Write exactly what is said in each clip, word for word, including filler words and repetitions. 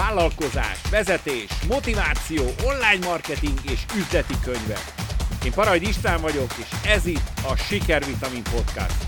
vállalkozás, vezetés, motiváció, online marketing és üzleti könyvek. Én Parajd István vagyok, és ez itt a Sikervitamin Podcast.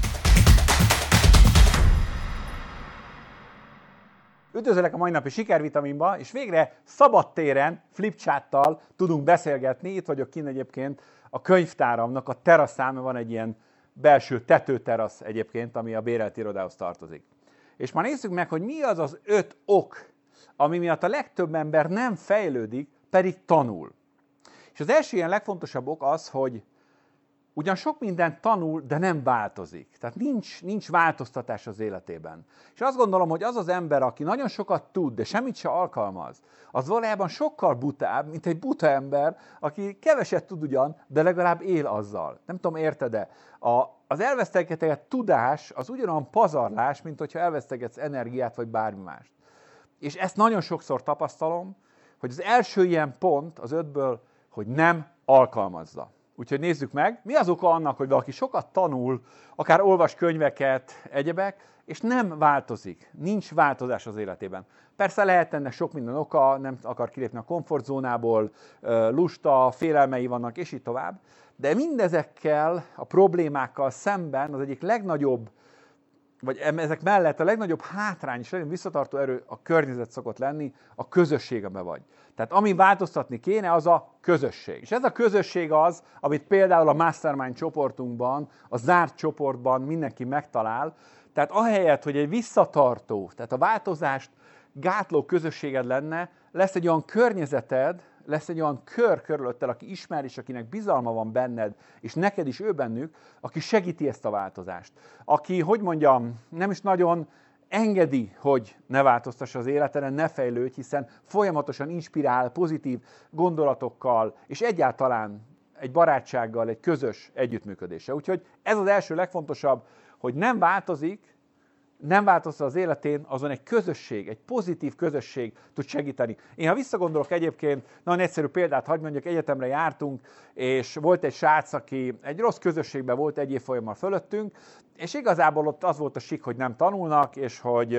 Üdvözöllek a mai napi Sikervitaminba, és végre szabadtéren, flipchattal tudunk beszélgetni. Itt vagyok kint egyébként a könyvtáramnak a teraszán, van egy ilyen belső tetőterasz egyébként, ami a bérelt irodához tartozik. És már nézzük meg, hogy mi az az öt ok, ami miatt a legtöbb ember nem fejlődik, pedig tanul. És az első ilyen legfontosabb ok az, hogy ugyan sok mindent tanul, de nem változik. Tehát nincs, nincs változtatás az életében. És azt gondolom, hogy az az ember, aki nagyon sokat tud, de semmit se alkalmaz, az valójában sokkal butább, mint egy buta ember, aki keveset tud ugyan, de legalább él azzal. Nem tudom, érted-e? A, az elvesztegetett tudás az ugyanolyan pazarlás, mint hogyha elvesztegetsz energiát, vagy bármi mást. És ezt nagyon sokszor tapasztalom, hogy az első ilyen pont az ötből, hogy nem alkalmazza. Úgyhogy nézzük meg, mi az oka annak, hogy valaki sokat tanul, akár olvas könyveket, egyebek, és nem változik, nincs változás az életében. Persze lehet ennek sok minden oka, nem akar kilépni a komfortzónából, lusta, félelmei vannak, és így tovább, de mindezekkel a problémákkal szemben az egyik legnagyobb, vagy ezek mellett a legnagyobb hátrány és legnagyobb visszatartó erő a környezet szokott lenni, a közösség, amiben vagy. Tehát ami változtatni kéne, az a közösség. És ez a közösség az, amit például a Mastermind csoportunkban, a zárt csoportban mindenki megtalál. Tehát ahelyett, hogy egy visszatartó, tehát a változást gátló közösséged lenne, lesz egy olyan környezeted, lesz egy olyan kör körülötted, aki ismer, és akinek bizalma van benned, és neked is ő bennük, aki segíti ezt a változást. Aki, hogy mondjam, nem is nagyon engedi, hogy ne változtassa az életeden, ne fejlődj, hiszen folyamatosan inspirál pozitív gondolatokkal, és egyáltalán egy barátsággal, egy közös együttműködéssel. Úgyhogy ez az első legfontosabb, hogy nem változik, nem változtat az életén, azon egy közösség, egy pozitív közösség tud segíteni. Én ha visszagondolok egyébként, nagyon egyszerű példát hagy mondjak, egyetemre jártunk, és volt egy srác, aki egy rossz közösségben volt egy évfolyammal fölöttünk, és igazából ott az volt a sik, hogy nem tanulnak, és hogy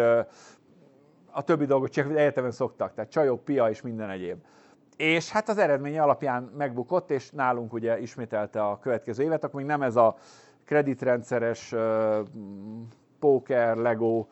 a többi dolgot csak egyetemen szoktak, tehát csajok, pia és minden egyéb. És hát az eredménye alapján megbukott, és nálunk ugye ismételte a következő évet, akkor még nem ez a kreditrendszeres póker, Lego,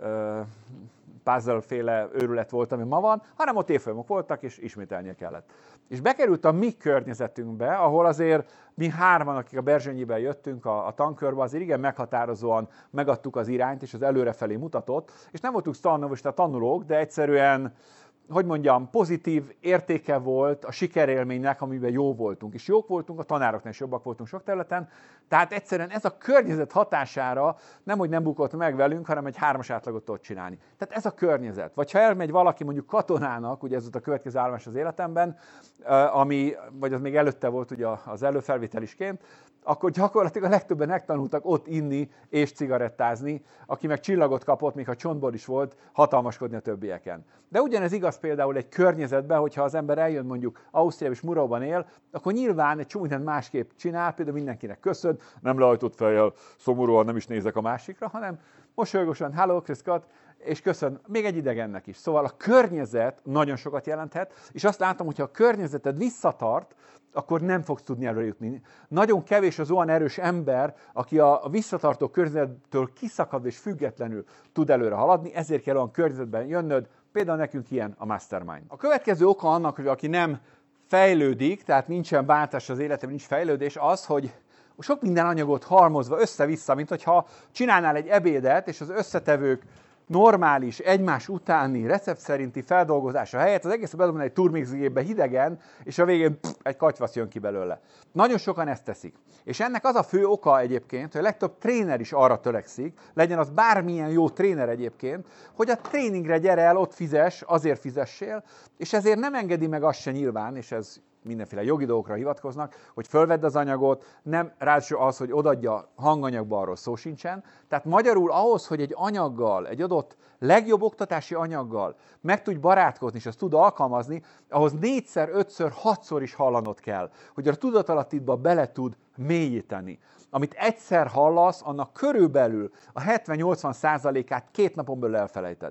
puzzle-féle őrület volt, ami ma van, hanem ott évfolyamok voltak, és ismételnie kellett. És bekerült a mi környezetünkbe, ahol azért mi hárman, akik a Berzsenyiben jöttünk a, a tankörbe, azért igen meghatározóan megadtuk az irányt, és az előrefelé mutatott, és nem voltunk sztannovista tanulók, de egyszerűen, hogy mondjam, pozitív értéke volt a sikerélménynek, amiben jó voltunk. És jók voltunk, a tanároknál is jobbak voltunk sok területen, tehát egyszerűen ez a környezet hatására nem, hogy nem bukott meg velünk, hanem egy hármas átlagot tudott csinálni. Tehát ez a környezet. Vagy ha elmegy valaki mondjuk katonának, ugye ez volt a következő állomás az életemben, ami, vagy az még előtte volt ugye az előfelvételisként, akkor gyakorlatilag a legtöbben megtanultak ott inni és cigarettázni, aki meg csillagot kapott, még ha csontból is volt, hatalmaskodni a többieken. De ugyanez igaz például egy környezetben, hogyha az ember eljön mondjuk Ausztriában és Muróban él, akkor nyilván egy csomó mindent másképp csinál, például mindenkinek köszön, nem lehajtott fejjel, szomorúan nem is nézek a másikra, hanem mosolyogosan, hello, Chris Scott, és köszön még egy idegennek is. Szóval a környezet nagyon sokat jelenthet, és azt látom, hogyha a környezeted visszatart, akkor nem fogsz tudni előjutni. Nagyon kevés az olyan erős ember, aki a visszatartó környezettől kiszakadva és függetlenül tud előre haladni, ezért kell olyan környezetben jönnöd, például nekünk ilyen a Mastermind. A következő oka annak, hogy aki nem fejlődik, tehát nincsen váltás az életében, nincs fejlődés, az, hogy sok minden anyagot halmozva össze-vissza, mint hogyha csinálnál egy ebédet, és az összetevők normális, egymás utáni, recept szerinti feldolgozása helyett az egész bedobni egy turmixgépbe hidegen, és a végén pff, egy katyvasz jön ki belőle. Nagyon sokan ezt teszik. És ennek az a fő oka egyébként, hogy a legtöbb tréner is arra törekszik, legyen az bármilyen jó tréner egyébként, hogy a tréningre gyere el, ott fizes, azért fizessél, és ezért nem engedi meg azt se nyilván, és ez mindenféle jogi dolgokra hivatkoznak, hogy fölvedd az anyagot, nem ráadásul az, hogy odaadja hanganyagba, arról szó sincsen. Tehát magyarul ahhoz, hogy egy anyaggal, egy adott legjobb oktatási anyaggal meg tudj barátkozni, és azt tud alkalmazni, ahhoz négyszer, ötször, hatszor is hallanod kell, hogy a tudatalattiba bele tud mélyíteni. Amit egyszer hallasz, annak körülbelül a hetven-nyolcvan százalékát két napon belül elfelejted.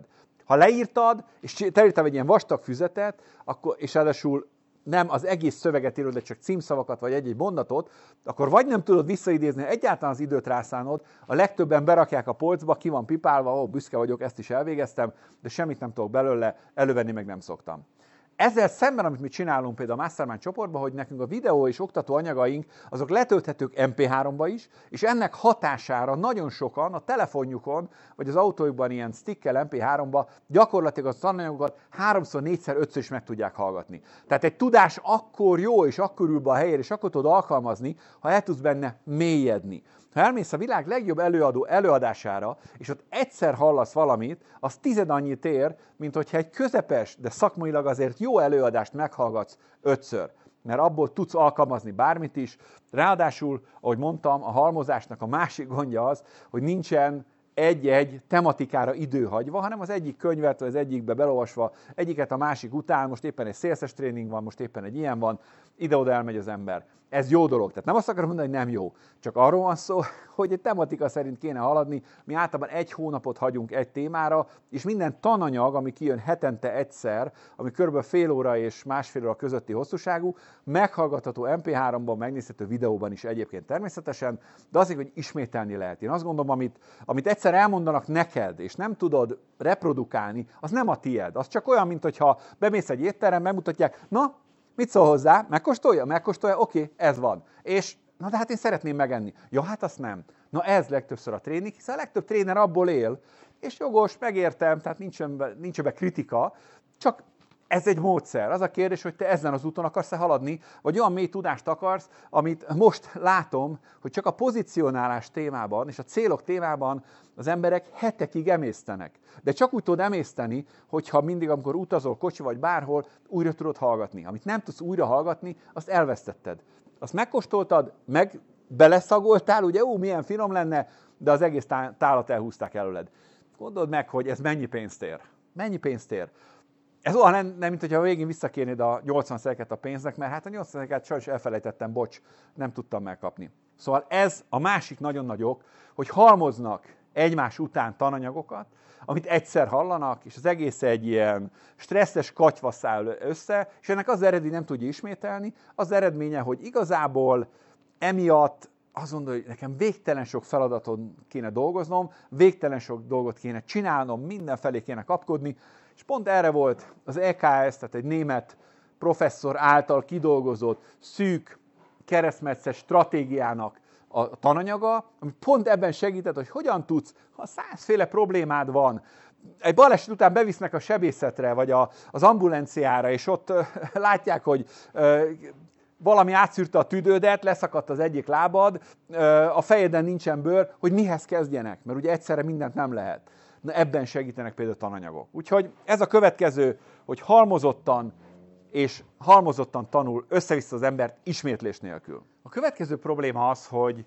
Ha leírtad, és te írtál egy ilyen vastag füzetet, akkor, és ráadásul nem az egész szöveget írod, de csak címszavakat, vagy egy-egy mondatot, akkor vagy nem tudod visszaidézni, egyáltalán az időt rászánod, a legtöbben berakják a polcba, ki van pipálva, ó, büszke vagyok, ezt is elvégeztem, de semmit nem tudok belőle, elővenni meg nem szoktam. Ezzel szemben, amit mi csinálunk például a Mastermind csoportban, hogy nekünk a videó és oktató anyagaink, azok letölthetők em pé háromba is, és ennek hatására nagyon sokan a telefonjukon, vagy az autójukban ilyen stickkel em pé háromba gyakorlatilag a tananyagokat háromszor, négyszer, ötször is meg tudják hallgatni. Tehát egy tudás akkor jó, és akkor ül be a helyére, és akkor tudod alkalmazni, ha el tudsz benne mélyedni. Ha elmész a világ legjobb előadó előadására, és ott egyszer hallasz valamit, az tized annyit ér, mint hogyha egy közepes, de szakmailag azért jó előadást meghallgatsz ötször. Mert abból tudsz alkalmazni bármit is. Ráadásul, ahogy mondtam, a halmozásnak a másik gondja az, hogy nincsen egy-egy tematikára idő hagyva, hanem az egyik könyvet, vagy az egyikbe belolvasva, egyiket a másik után, most éppen egy szélszes tréning van, most éppen egy ilyen van, ide-oda elmegy az ember. Ez jó dolog. Tehát nem azt akarom mondani, hogy nem jó. Csak arról van szó, hogy egy tematika szerint kéne haladni. Mi általában egy hónapot hagyunk egy témára, és minden tananyag, ami kijön hetente egyszer, ami kb. Fél óra és másfél óra közötti hosszúságú, meghallgatható em pé háromban, megnézhető videóban is egyébként természetesen, de azért, hogy ismételni lehet. Én azt gondolom, amit, amit egyszer elmondanak neked, és nem tudod reprodukálni, az nem a tied. Az csak olyan, mint hogyha bemész egy étterembe, bemutatják, na, mit szól hozzá? Megkóstolja? Megkóstolja? Oké, okay, ez van. És, na de hát én szeretném megenni. Ja, hát azt nem. Na ez legtöbbször a tréning, hiszen a legtöbb tréner abból él, és jogos, megértem, tehát nincs ebben, nincs ebben kritika, csak ez egy módszer. Az a kérdés, hogy te ezen az úton akarsz-e haladni, vagy olyan mély tudást akarsz, amit most látom, hogy csak a pozicionálás témában és a célok témában az emberek hetekig emésztenek. De csak úgy tudod emészteni, hogyha mindig, amikor utazol kocsi vagy bárhol, újra tudod hallgatni. Amit nem tudsz újra hallgatni, azt elvesztetted. Azt megkóstoltad, meg beleszagoltál, ugye, ó, milyen finom lenne, de az egész tálat elhúzták előled. Gondold meg, hogy ez mennyi pénzt ér. Mennyi pénzt ér. Ez olyan nem, nem mint hogyha a végén visszakérnéd a nyolcvan szereket a pénznek, mert hát a nyolcvan szereket sajnos elfelejtettem, bocs, nem tudtam megkapni. Szóval ez a másik nagyon nagy ok, hogy halmoznak egymás után tananyagokat, amit egyszer hallanak, és az egész egy ilyen stresszes katyva száll össze, és ennek az eredmény nem tudja ismételni, az eredménye, hogy igazából emiatt azt gondolja, hogy nekem végtelen sok feladaton kéne dolgoznom, végtelen sok dolgot kéne csinálnom, mindenfelé kéne kapkodni, és pont erre volt az é ká es, tehát egy német professzor által kidolgozott szűk keresztmetszes stratégiának a tananyaga, ami pont ebben segített, hogy hogyan tudsz, ha százféle problémád van, egy baleset után bevisznek a sebészetre, vagy a, az ambulanciára, és ott uh, látják, hogy uh, valami átszűrte a tüdődet, leszakadt az egyik lábad, uh, a fejeden nincsen bőr, hogy mihez kezdjenek, mert ugye egyszerre mindent nem lehet. Na ebben segítenek például tananyagok. Úgyhogy ez a következő, hogy halmozottan és halmozottan tanul össze-vissza az embert ismétlés nélkül. A következő probléma az, hogy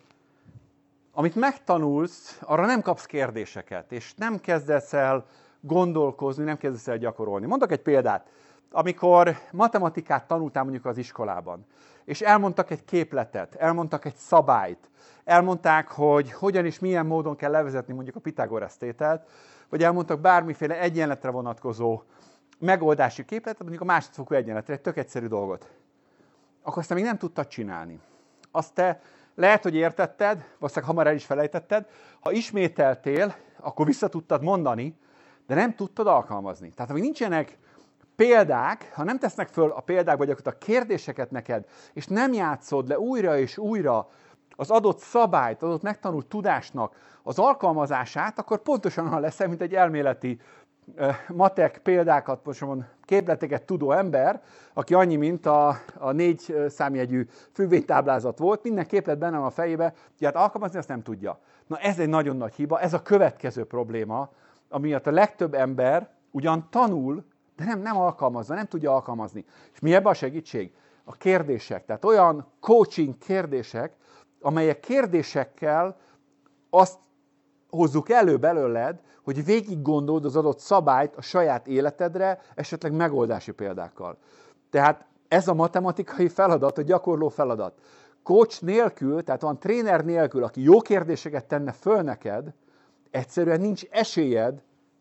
amit megtanulsz, arra nem kapsz kérdéseket, és nem kezdesz el gondolkozni, nem kezdesz el gyakorolni. Mondok egy példát. Amikor matematikát tanultál mondjuk az iskolában, és elmondtak egy képletet, elmondtak egy szabályt, elmondták, hogy hogyan és milyen módon kell levezetni mondjuk a Pitágorasz tételt, vagy elmondtak bármiféle egyenletre vonatkozó megoldási képletet, mondjuk a másodfokú egyenletre, egy tök egyszerű dolgot. Akkor azt még nem tudtad csinálni. Azt te lehet, hogy értetted, valószínűleg hamar el is felejtetted, ha ismételtél, akkor vissza tudtad mondani, de nem tudtad alkalmazni. Tehát amíg nincsenek példák, ha nem tesznek föl a példák, vagy a kérdéseket neked, és nem játszod le újra és újra az adott szabályt, adott megtanult tudásnak az alkalmazását, akkor pontosan olyan leszel, mint egy elméleti uh, matek példákat, most mondom, képleteket tudó ember, aki annyi, mint a, a négy számjegyű függvénytáblázat volt, minden képlet benne van a fejébe, hogy hát alkalmazni azt nem tudja. Na ez egy nagyon nagy hiba, ez a következő probléma, amiatt a legtöbb ember ugyan tanul, de nem, nem alkalmazza, nem tudja alkalmazni. És mi ebben a segítség? A kérdések. Tehát olyan coaching kérdések, amelyek kérdésekkel azt hozzuk elő belőled, hogy végig gondold az adott szabályt a saját életedre, esetleg megoldási példákkal. Tehát ez a matematikai feladat, a gyakorló feladat. Coach nélkül, tehát olyan tréner nélkül, aki jó kérdéseket tenne föl neked, egyszerűen nincs esélyed,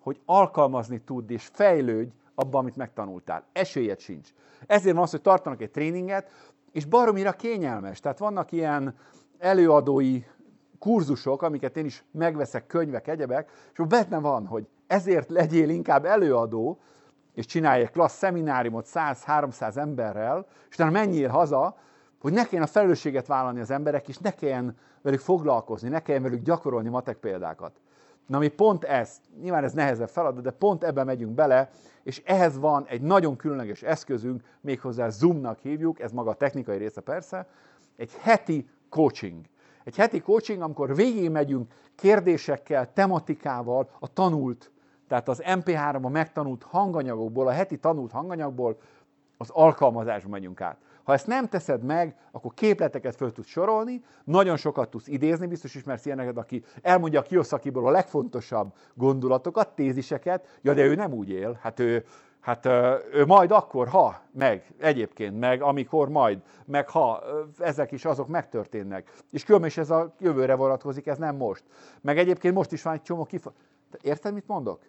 hogy alkalmazni tudd és fejlődj abban, amit megtanultál. Esélyed sincs. Ezért van az, hogy tartanak egy tréninget, és baromira kényelmes. Tehát vannak ilyen előadói kurzusok, amiket én is megveszek, könyvek, egyebek, és benne van, hogy ezért legyél inkább előadó, és csinálj egy klassz szemináriumot száz-háromszáz emberrel, és utána menjél haza, hogy ne kelljen a felelősséget vállalni az emberek, és ne kelljen velük foglalkozni, ne kelljen velük gyakorolni matek példákat. Na mi pont ez, nyilván ez nehezebb feladat, de pont ebben megyünk bele, és ehhez van egy nagyon különleges eszközünk, méghozzá Zoomnak hívjuk, ez maga a technikai része persze, egy heti coaching. Egy heti coaching, amikor végigmegyünk kérdésekkel, tematikával, a tanult, tehát az em pé háromban megtanult hanganyagokból, a heti tanult hanganyagból az alkalmazásba megyünk át. Ha ezt nem teszed meg, akkor képleteket föl tudsz sorolni, nagyon sokat tudsz idézni, biztos ismersz ilyeneket, aki elmondja a Kiyosakiból a legfontosabb gondolatokat, téziseket, ja, de ő nem úgy él, hát ő, hát ő majd akkor, ha, meg, egyébként, meg amikor majd, meg ha, ezek is azok megtörténnek. És különben is ez a jövőre vonatkozik, ez nem most. Meg egyébként most is van egy csomó kifog... Érted, mit mondok?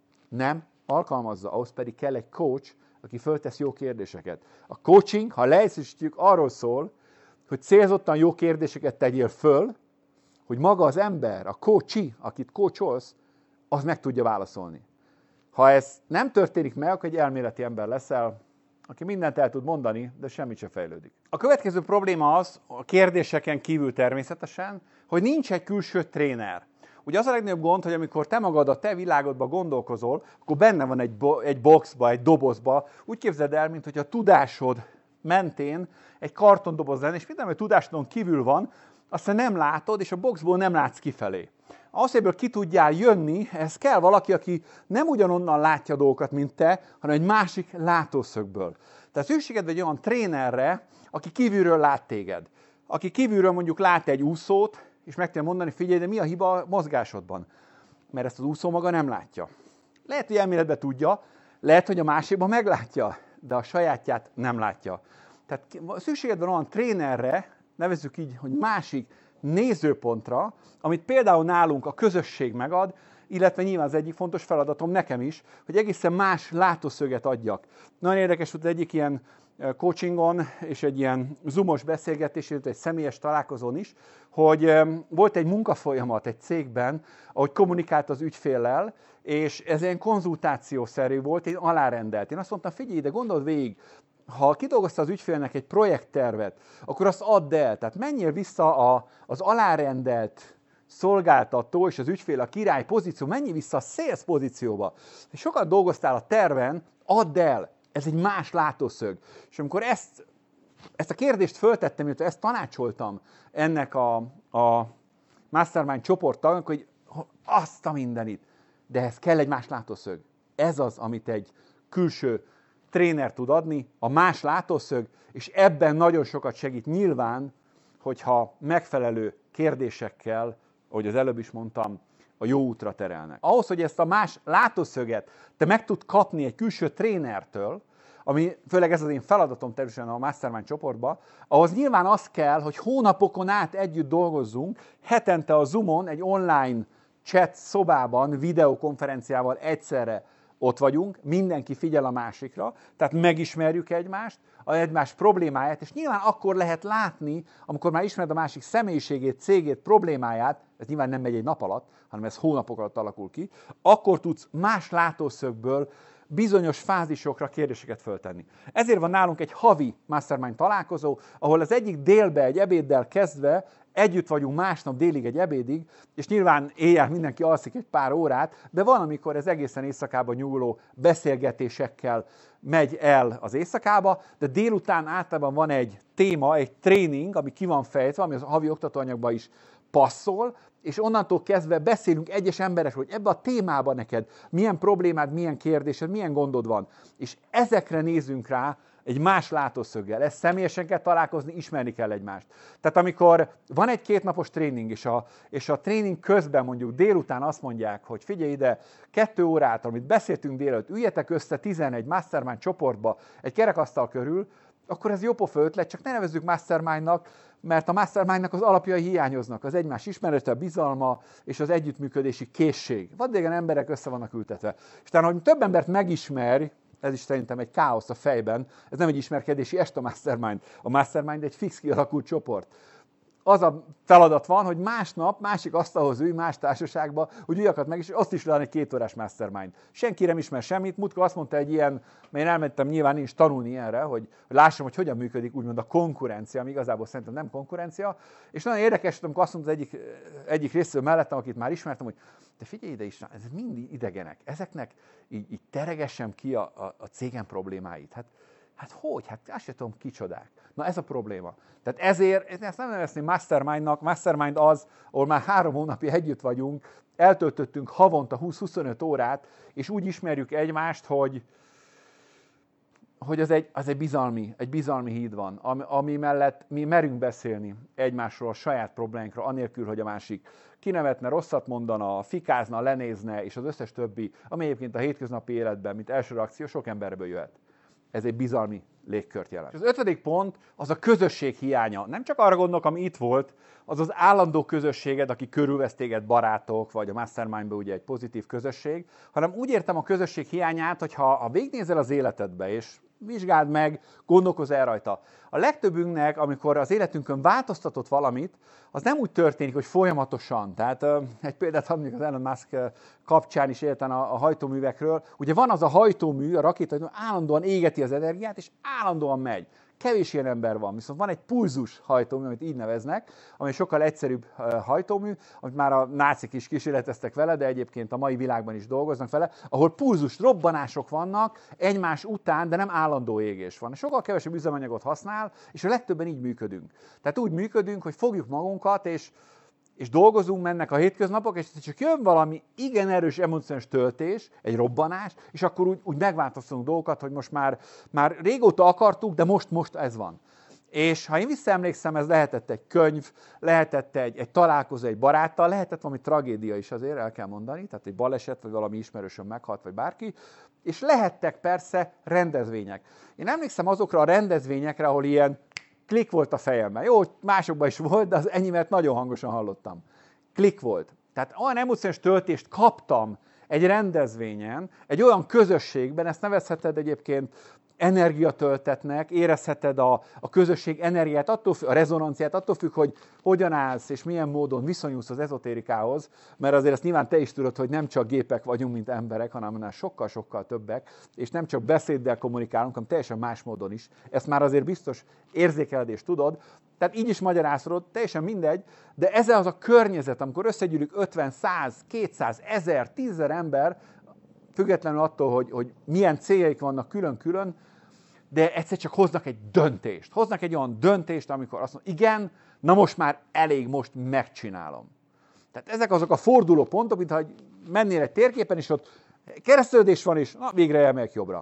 Nem alkalmazza, ahhoz pedig kell egy coach, aki föltesz jó kérdéseket. A coaching, ha leegyszerűsítjük, arról szól, hogy célzottan jó kérdéseket tegyél föl, hogy maga az ember, a coachi, akit coacholsz, az meg tudja válaszolni. Ha ez nem történik meg, akkor egy elméleti ember leszel, aki mindent el tud mondani, de semmit sem fejlődik. A következő probléma az, a kérdéseken kívül természetesen, hogy nincs egy külső tréner. Ugye az a legnagyobb gond, hogy amikor te magad a te világodba gondolkozol, akkor benne van egy, bo- egy boxba, egy dobozba, úgy képzeld el, mint hogy a tudásod mentén egy kartondoboz lenne, és minden, ami a tudásodon kívül van, azt te nem látod, és a boxból nem látsz kifelé. Ahhoz, hogy ebből ki tudjál jönni, ez kell valaki, aki nem ugyanonnan látja dolgokat, mint te, hanem egy másik látószögből. Tehát szükséged vagy olyan trénerre, aki kívülről lát téged. Aki kívülről mondjuk lát egy úszót, és meg kell mondani, figyelj, de mi a hiba a mozgásodban? Mert ezt az úszó maga nem látja. Lehet, hogy elméletben tudja, lehet, hogy a másikban meglátja, de a sajátját nem látja. Tehát szükséged van olyan trénerre, nevezzük így, hogy másik nézőpontra, amit például nálunk a közösség megad, illetve nyilván az egyik fontos feladatom nekem is, hogy egészen más látószöget adjak. Nagyon érdekes volt egyik ilyen coachingon és egy ilyen zoomos beszélgetés, illetve egy személyes találkozón is, hogy volt egy munkafolyamat egy cégben, ahogy kommunikált az ügyféllel, és ez ilyen konzultációszerű volt, én alárendelt. Én azt mondtam, figyelj ide, gondold végig, ha kidolgozta az ügyfélnek egy projekttervet, akkor azt add el. Tehát menjél vissza a, az alárendelt szolgáltató és az ügyfél a király pozíció, menjél vissza a sales pozícióba. És sokat dolgoztál a terven, add el. Ez egy más látószög. És amikor ezt, ezt a kérdést föltettem, illetve ezt tanácsoltam ennek a, a Mastermind csoporttagnak, hogy azt a mindenit, de ez kell egy más látószög. Ez az, amit egy külső tréner tud adni, a más látószög, és ebben nagyon sokat segít nyilván, hogyha megfelelő kérdésekkel, ahogy az előbb is mondtam, a jó útra terelnek. Ahhoz, hogy ezt a más látószöget te meg tud kapni egy külső trénertől, ami főleg ez az én feladatom természetesen a Mastermind csoportban, ahhoz nyilván az kell, hogy hónapokon át együtt dolgozzunk, hetente a Zoomon, egy online chat szobában, videokonferenciával egyszerre ott vagyunk, mindenki figyel a másikra, tehát megismerjük egymást, a egymás problémáját, és nyilván akkor lehet látni, amikor már ismered a másik személyiségét, cégét, problémáját, ez nyilván nem megy egy nap alatt, hanem ez hónapok alatt alakul ki, akkor tudsz más látószögből bizonyos fázisokra kérdéseket föltenni. Ezért van nálunk egy havi Mastermind találkozó, ahol az egyik délbe egy ebéddel kezdve együtt vagyunk másnap délig egy ebédig, és nyilván éjjel mindenki alszik egy pár órát, de van, amikor ez egészen éjszakában nyúló beszélgetésekkel megy el az éjszakába, de délután általában van egy téma, egy tréning, ami ki van fejtve, ami az havi oktatóanyagban is passzol, és onnantól kezdve beszélünk egyes emberekről, hogy ebbe a témában neked milyen problémád, milyen kérdésed, milyen gondod van. És ezekre nézzünk rá egy más látószöggel. Ezt személyesen kell találkozni, ismerni kell egymást. Tehát amikor van egy kétnapos tréning, és a, és a tréning közben mondjuk délután azt mondják, hogy figyelj ide, kettő órát, amit beszéltünk délelőtt, üljetek össze tizenegy Mastermind csoportba egy kerekasztal körül, akkor ez jópofa ötlet, csak ne nevezzük mastermindnak, mert a mastermindnak az alapjai hiányoznak, az egymás ismerete, a bizalma és az együttműködési készség. Vadvégen emberek össze vannak ültetve. És talán, hogy több embert megismer, ez is szerintem egy káosz a fejben, ez nem egy ismerkedési est a mastermind. A mastermind egy fix kialakult csoport. Az a feladat van, hogy másnap másik asztalhoz ülj, más társaságba, hogy újakat meg, és azt is lehet egy két órás mastermind. Senki nem ismer semmit. Múltkor azt mondta egy ilyen, mert én elmentem nyilván én is tanulni ilyenre, hogy, hogy lássam, hogy hogyan működik úgymond a konkurencia, ami igazából szerintem nem konkurencia. És nagyon érdekes, amikor azt mondta az egyik, egyik részről mellettem, akit már ismertem, hogy te figyelj ide is, ez mind idegenek. Ezeknek így, így teregessem ki a, a, a cégem problémáit. Hát, hát hogy? Hát azt sem tudom, kicsodák. Na ez a probléma. Tehát ezért, ezt nem nevezném mastermindnak, mastermind az, ahol már három hónapja együtt vagyunk, eltöltöttünk havonta húsz-huszonöt órát, és úgy ismerjük egymást, hogy, hogy az, egy, az egy, bizalmi, egy bizalmi híd van, ami, ami mellett mi merünk beszélni egymásról, a saját problémánkról, anélkül, hogy a másik kinevetne, rosszat mondana, fikázna, lenézne, és az összes többi, ami egyébként a hétköznapi életben, mint első reakció, sok emberből jöhet. Ez egy bizalmi légkört jelent. És az ötödik pont az a közösség hiánya. Nem csak arra gondolok, ami itt volt, az az állandó közösséged, aki körülvesz téged, barátok, vagy a mastermindban ugye egy pozitív közösség, hanem úgy értem a közösség hiányát, hogy ha, ha végignézel az életedbe, és vizsgáld meg, gondolkozz el rajta. A legtöbbünknek, amikor az életünkön változtatott valamit, az nem úgy történik, hogy folyamatosan. Tehát egy példát adnék az Elon Musk kapcsán is életen a, a hajtóművekről. Ugye van az a hajtómű, a rakéta, hogy állandóan égeti az energiát, és állandóan megy. Kevés ilyen ember van, viszont van egy pulzus hajtómű, amit így neveznek, ami sokkal egyszerűbb hajtómű, amit már a nácik is kísérleteztek vele, de egyébként a mai világban is dolgoznak vele, ahol pulzus robbanások vannak egymás után, de nem állandó égés van. Sokkal kevesebb üzemanyagot használ, és a legtöbben így működünk. Tehát úgy működünk, hogy fogjuk magunkat, és és dolgozunk, mennek a hétköznapok, és csak jön valami igen erős emocionális töltés, egy robbanás, és akkor úgy, úgy megváltoztatunk dolgokat, hogy most már, már régóta akartuk, de most, most ez van. És ha én visszaemlékszem, ez lehetett egy könyv, lehetett egy, egy találkozó egy baráttal, lehetett valami tragédia is azért, el kell mondani, tehát egy baleset, vagy valami ismerősön meghalt, vagy bárki, és lehettek persze rendezvények. Én emlékszem azokra a rendezvényekre, ahol ilyen klik volt a fejemben. Jó, másokban is volt, de az enyémet nagyon hangosan hallottam. Klik volt. Tehát olyan emocionális töltést kaptam egy rendezvényen, egy olyan közösségben, ezt nevezheted egyébként energiatöltetnek, érezheted a, a közösség energiát, attól függ, a rezonanciát, attól függ, hogy hogyan állsz és milyen módon viszonyulsz az ezotérikához, mert azért ezt nyilván te is tudod, hogy nem csak gépek vagyunk, mint emberek, hanem annál sokkal-sokkal többek, és nem csak beszéddel kommunikálunk, hanem teljesen más módon is. Ezt már azért biztos érzékeled és tudod, tehát így is magyarázod, teljesen mindegy, de ez az a környezet, amikor összegyűlünk ötven, száz, kétszáz, ezer, tízezer ember, függetlenül attól, hogy, hogy milyen céljaik vannak külön-külön, de egyszer csak hoznak egy döntést. Hoznak egy olyan döntést, amikor azt mondja, igen, na most már elég, most megcsinálom. Tehát ezek azok a forduló pontok, mintha mennél egy térképen, és ott keresztődés van, és na, végre elmegyek jobbra.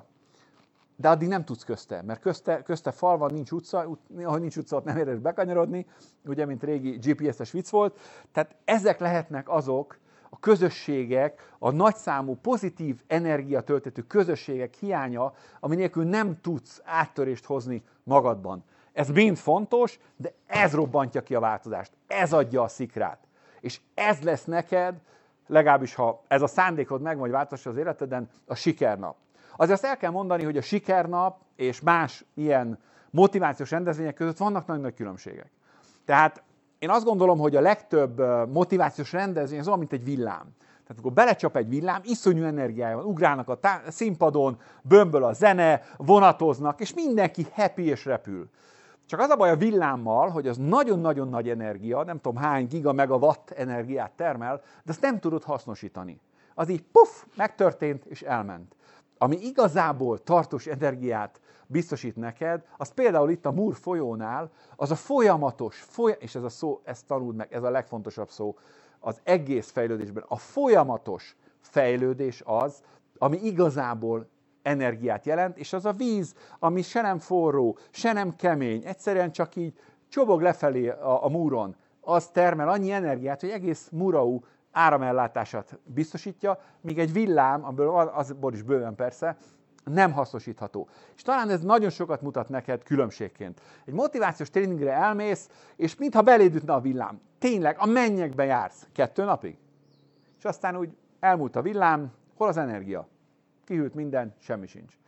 De addig nem tudsz közte, mert közte, közte fal van, nincs utca, ahogy nincs utca, ott nem érdemes bekanyarodni, ugye, mint régi gé pé es-es vicc volt. Tehát ezek lehetnek azok, a közösségek, a nagyszámú pozitív energiatöltető közösségek hiánya, ami nélkül nem tudsz áttörést hozni magadban. Ez mind fontos, de ez robbantja ki a változást. Ez adja a szikrát. És ez lesz neked, legalábbis ha ez a szándékod megvan, hogy változtassa az életeden, a sikernap. Azért azt el kell mondani, hogy a sikernap és más ilyen motivációs rendezvények között vannak nagyon nagy különbségek. Tehát én azt gondolom, hogy a legtöbb motivációs rendezvény az olyan, mint egy villám. Tehát akkor belecsap egy villám, iszonyú energiája van, ugrálnak a tá- színpadon, bömböl a zene, vonatoznak, és mindenki happy és repül. Csak az a baj a villámmal, hogy az nagyon-nagyon nagy energia, nem tudom hány giga megawatt energiát termel, de azt nem tudod hasznosítani. Az így puff, megtörtént és elment. Ami igazából tartós energiát biztosít neked, az például itt a Mur folyónál, az a folyamatos, foly- és ez a szó, ezt tanuld meg, ez a legfontosabb szó, az egész fejlődésben. A folyamatos fejlődés az, ami igazából energiát jelent, és az a víz, ami se nem forró, se nem kemény, egyszerűen csak így csobog lefelé a, a Muron, az termel annyi energiát, hogy egész Murau áramellátását biztosítja, míg egy villám, abból azból is bőven persze, nem hasznosítható. És talán ez nagyon sokat mutat neked különbségként. Egy motivációs tréningre elmész, és mintha beléd ütne a villám. Tényleg, a mennyekbe jársz kettő napig. És aztán úgy elmúlt a villám, hol az energia? Kihűlt minden, semmi sincs.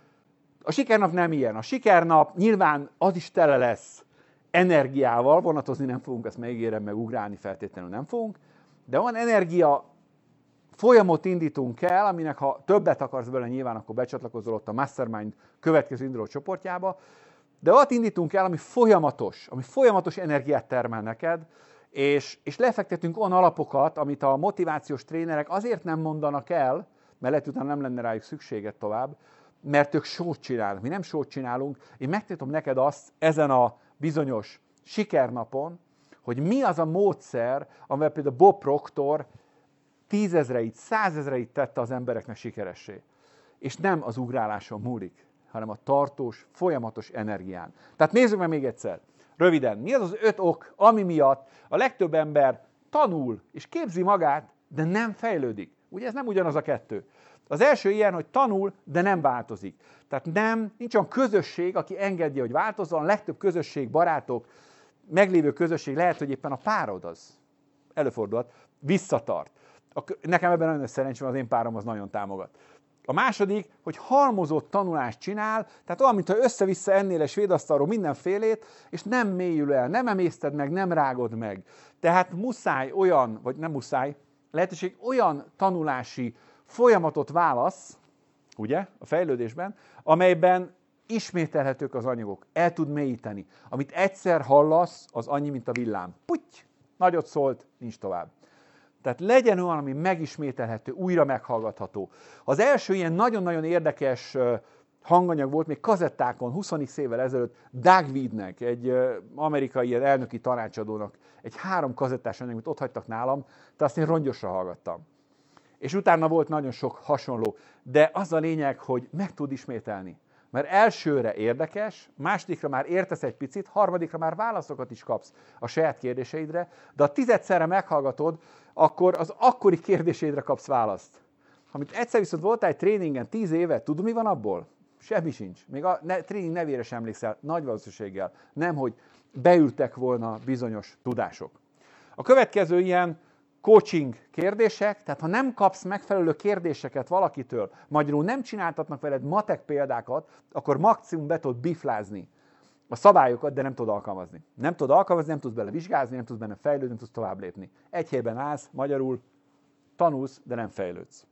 A sikernap nem ilyen. A sikernap nyilván az is tele lesz energiával, vonatozni nem fogunk, ezt megígérem, meg ugrálni feltétlenül nem fogunk, de van energia, folyamot indítunk el, aminek ha többet akarsz belőle, nyilván akkor becsatlakozol ott a Mastermind következő induló csoportjába, de ott indítunk el, ami folyamatos, ami folyamatos energiát termel neked, és, és lefektetünk olyan alapokat, amit a motivációs trénerek azért nem mondanak el, mert lehet, utána nem lenne rájuk szükséged tovább, mert ők sót csinálnak. Mi nem sót csinálunk. Én megtanítom neked azt ezen a bizonyos sikernapon, hogy mi az a módszer, amivel például Bob Proctor tízezreit, százezreit tette az embereknek sikeressé. És nem az ugráláson múlik, hanem a tartós, folyamatos energián. Tehát nézzük meg még egyszer. Röviden, mi az az öt ok, ami miatt a legtöbb ember tanul és képzi magát, de nem fejlődik. Ugye ez nem ugyanaz a kettő. Az első ilyen, hogy tanul, de nem változik. Tehát nem, nincs olyan közösség, aki engedje, hogy változzon. A legtöbb közösség, barátok, meglévő közösség, lehet, hogy éppen a párod az előfordulhat, visszatart. Nekem ebben nagyon szerencsém, az én párom az nagyon támogat. A második, hogy halmozott tanulást csinál, tehát olyan, mintha össze-vissza ennél egy svédasztalról mindenfélét, és nem mélyül el, nem emészted meg, nem rágod meg. Tehát muszáj olyan, vagy nem muszáj, lehetőség olyan tanulási folyamatot válasz, ugye, a fejlődésben, amelyben ismételhetők az anyagok, el tud mélyíteni. Amit egyszer hallasz, az annyi, mint a villám. Putty, nagyot szólt, nincs tovább. Tehát legyen olyan, ami megismételhető, újra meghallgatható. Az első ilyen nagyon-nagyon érdekes hanganyag volt még kazettákon, húsz évvel ezelőtt Doug Weednek, egy amerikai ilyen elnöki tanácsadónak egy három kazettás anyag, amit ott hagytak nálam, de azt én rongyosra hallgattam. És utána volt nagyon sok hasonló, de az a lényeg, hogy meg tud ismételni. Mert elsőre érdekes, másodikra már értesz egy picit, harmadikra már válaszokat is kapsz a saját kérdéseidre, de ha tizedszerre meghallgatod, akkor az akkori kérdéseidre kapsz választ. Amit egyszer viszont voltál egy tréningen tíz éve, tudod, mi van abból? Semmi sincs. Még a ne, tréning nevére sem emlékszel, nagy valószínűséggel. Nem, hogy beültek volna bizonyos tudások. A következő ilyen coaching kérdések, tehát ha nem kapsz megfelelő kérdéseket valakitől, magyarul nem csináltatnak veled matek példákat, akkor maximum be tudod biflázni a szabályokat, de nem tudod alkalmazni. Nem tudod alkalmazni, nem tudsz bele vizsgázni, nem tudsz benne fejlődni, nem tudsz tovább lépni. Egy helyben állsz, magyarul tanulsz, de nem fejlődsz.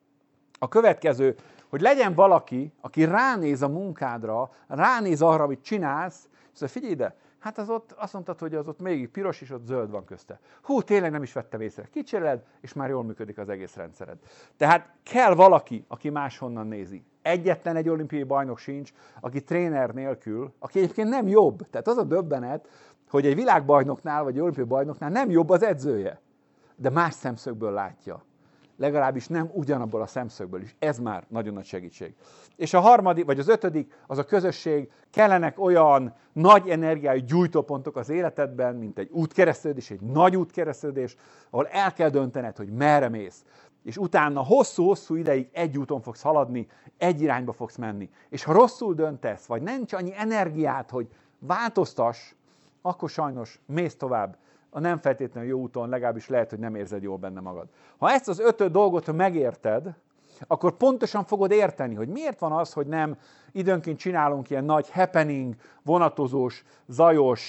A következő, hogy legyen valaki, aki ránéz a munkádra, ránéz arra, amit csinálsz, és szóval figyelj ide, hát az ott, azt mondtad, hogy az ott még piros, és ott zöld van közte. Hú, tényleg nem is vettem észre. Kicseréled, és már jól működik az egész rendszered. Tehát kell valaki, aki máshonnan nézi. Egyetlen egy olimpiai bajnok sincs, aki tréner nélkül, aki egyébként nem jobb. Tehát az a döbbenet, hogy egy világbajnoknál, vagy egy olimpiai bajnoknál nem jobb az edzője, de más szemszögből látja. Legalábbis nem ugyanabból a szemszögből is. Ez már nagyon nagy segítség. És a harmadik, vagy az ötödik, az a közösség, kellenek olyan nagy energiájú gyújtópontok az életedben, mint egy útkeresztődés, egy nagy útkeresztődés, ahol el kell döntened, hogy merre mész. És utána hosszú-hosszú ideig egy úton fogsz haladni, egy irányba fogsz menni. És ha rosszul döntesz, vagy nincs annyi energiát, hogy változtass, akkor sajnos mész tovább a nem feltétlenül jó úton, legalábbis lehet, hogy nem érzed jól benne magad. Ha ezt az ötöt dolgot megérted, akkor pontosan fogod érteni, hogy miért van az, hogy nem időnként csinálunk ilyen nagy happening, vonatozós, zajos,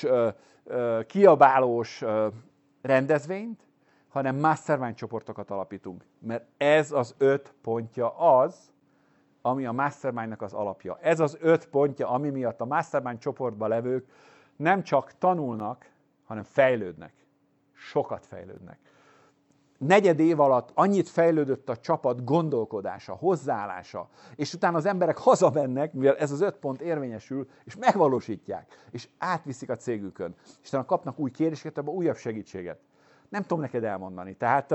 kiabálós rendezvényt, hanem mastermind csoportokat alapítunk. Mert ez az öt pontja az, ami a mastermindnak az alapja. Ez az öt pontja, ami miatt a mastermind csoportban levők nem csak tanulnak, hanem fejlődnek. Sokat fejlődnek. Negyed év alatt annyit fejlődött a csapat gondolkodása, hozzáállása, és utána az emberek hazamennek, mivel ez az öt pont érvényesül, és megvalósítják, és átviszik a cégükön. És utána kapnak új kérdéseket, abban újabb segítséget. Nem tudom neked elmondani. Tehát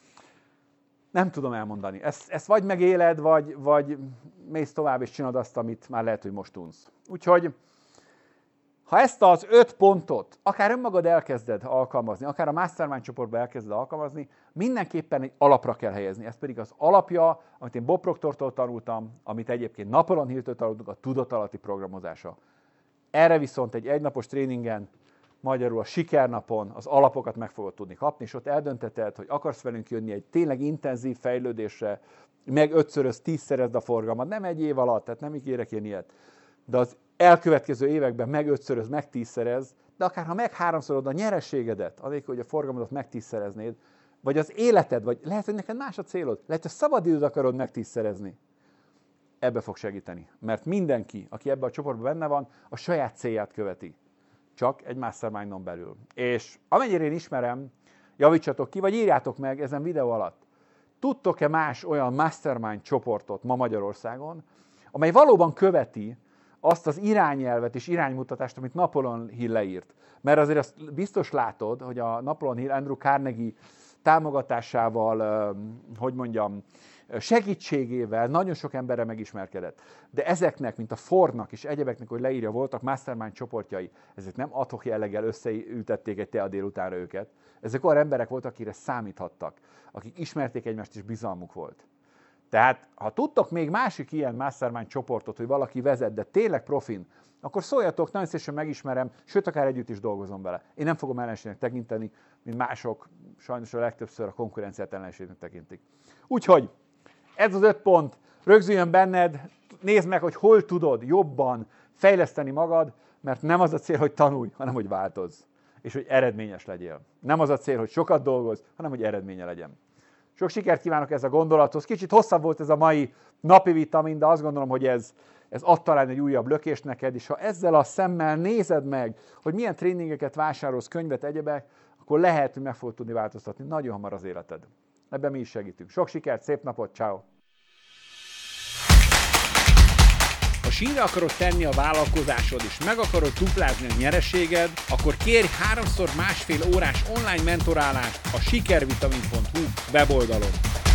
nem tudom elmondani. Ezt, ezt vagy megéled, vagy, vagy mész tovább, és csinálod azt, amit már lehet, hogy most unsz. Úgyhogy Ha ezt az öt pontot akár önmagad elkezded alkalmazni, akár a Mastermind csoportban elkezded alkalmazni, mindenképpen egy alapra kell helyezni. Ez pedig az alapja, amit én Bob Proctortól tanultam, amit egyébként Napoleon Hilltől tanultunk, a tudatalatti programozása. Erre viszont egy egynapos tréningen, magyarul a sikernapon az alapokat meg fogod tudni kapni, és ott eldönteted, hogy akarsz velünk jönni egy tényleg intenzív fejlődésre, meg ötszöröz, tízszerezd a forgalmat, nem egy év alatt, tehát nem ígérek én ilyet, de az elkövetkező években meg ötszöröz, meg tízszerez, de akár ha meg háromszorod a nyereségedet, anélkül, hogy a forgalmadat meg tízszereznéd, vagy az életed, vagy lehet, hogy neked más a célod, lehet, hogy szabadidőt akarod meg tízszerezni. Ebbe fog segíteni, mert mindenki, aki ebbe a csoportban benne van, a saját célját követi. Csak egy mastermindon belül. És amennyire én ismerem, javítsatok ki, vagy írjátok meg ezen videó alatt. Tudtok-e más olyan mastermind csoportot ma Magyarországon, amely valóban követi azt az irányelvet és iránymutatást, amit Napoleon Hill leírt? Mert azért azt biztos látod, hogy a Napoleon Hill Andrew Carnegie támogatásával, hogy mondjam, segítségével nagyon sok emberre megismerkedett. De ezeknek, mint a Fordnak és egyebeknek, hogy leírja, voltak mastermind csoportjai, ezek nem ad-hoc jelleggel összeültették egy tea délutánra őket. Ezek olyan emberek voltak, akire számíthattak, akik ismerték egymást és bizalmuk volt. Tehát, ha tudtok még másik ilyen mastermind csoportot, hogy valaki vezet, de tényleg profin, akkor szóljatok, nagyon szívesen megismerem, sőt, akár együtt is dolgozom vele. Én nem fogom ellenségnek tekinteni, mint mások, sajnos a legtöbbször a konkurenciát ellenségnek tekintik. Úgyhogy, ez az öt pont, rögzüljön benned, nézd meg, hogy hol tudod jobban fejleszteni magad, mert nem az a cél, hogy tanulj, hanem hogy változz, és hogy eredményes legyél. Nem az a cél, hogy sokat dolgozz, hanem hogy eredménye legyen. Sok sikert kívánok ez a gondolathoz. Kicsit hosszabb volt ez a mai napi vitamin, de azt gondolom, hogy ez, ez ad talán egy újabb lökést neked, és ha ezzel a szemmel nézed meg, hogy milyen tréningeket vásárolsz, könyvet, egyebek, akkor lehet, hogy meg fogod tudni változtatni nagyon hamar az életed. Ebben mi is segítünk. Sok sikert, szép napot, ciao. Ha sínre akarod tenni a vállalkozásod, és meg akarod duplázni a nyereséged, akkor kérj háromszor másfél órás online mentorálást a sikervitamin pont hu weboldalon.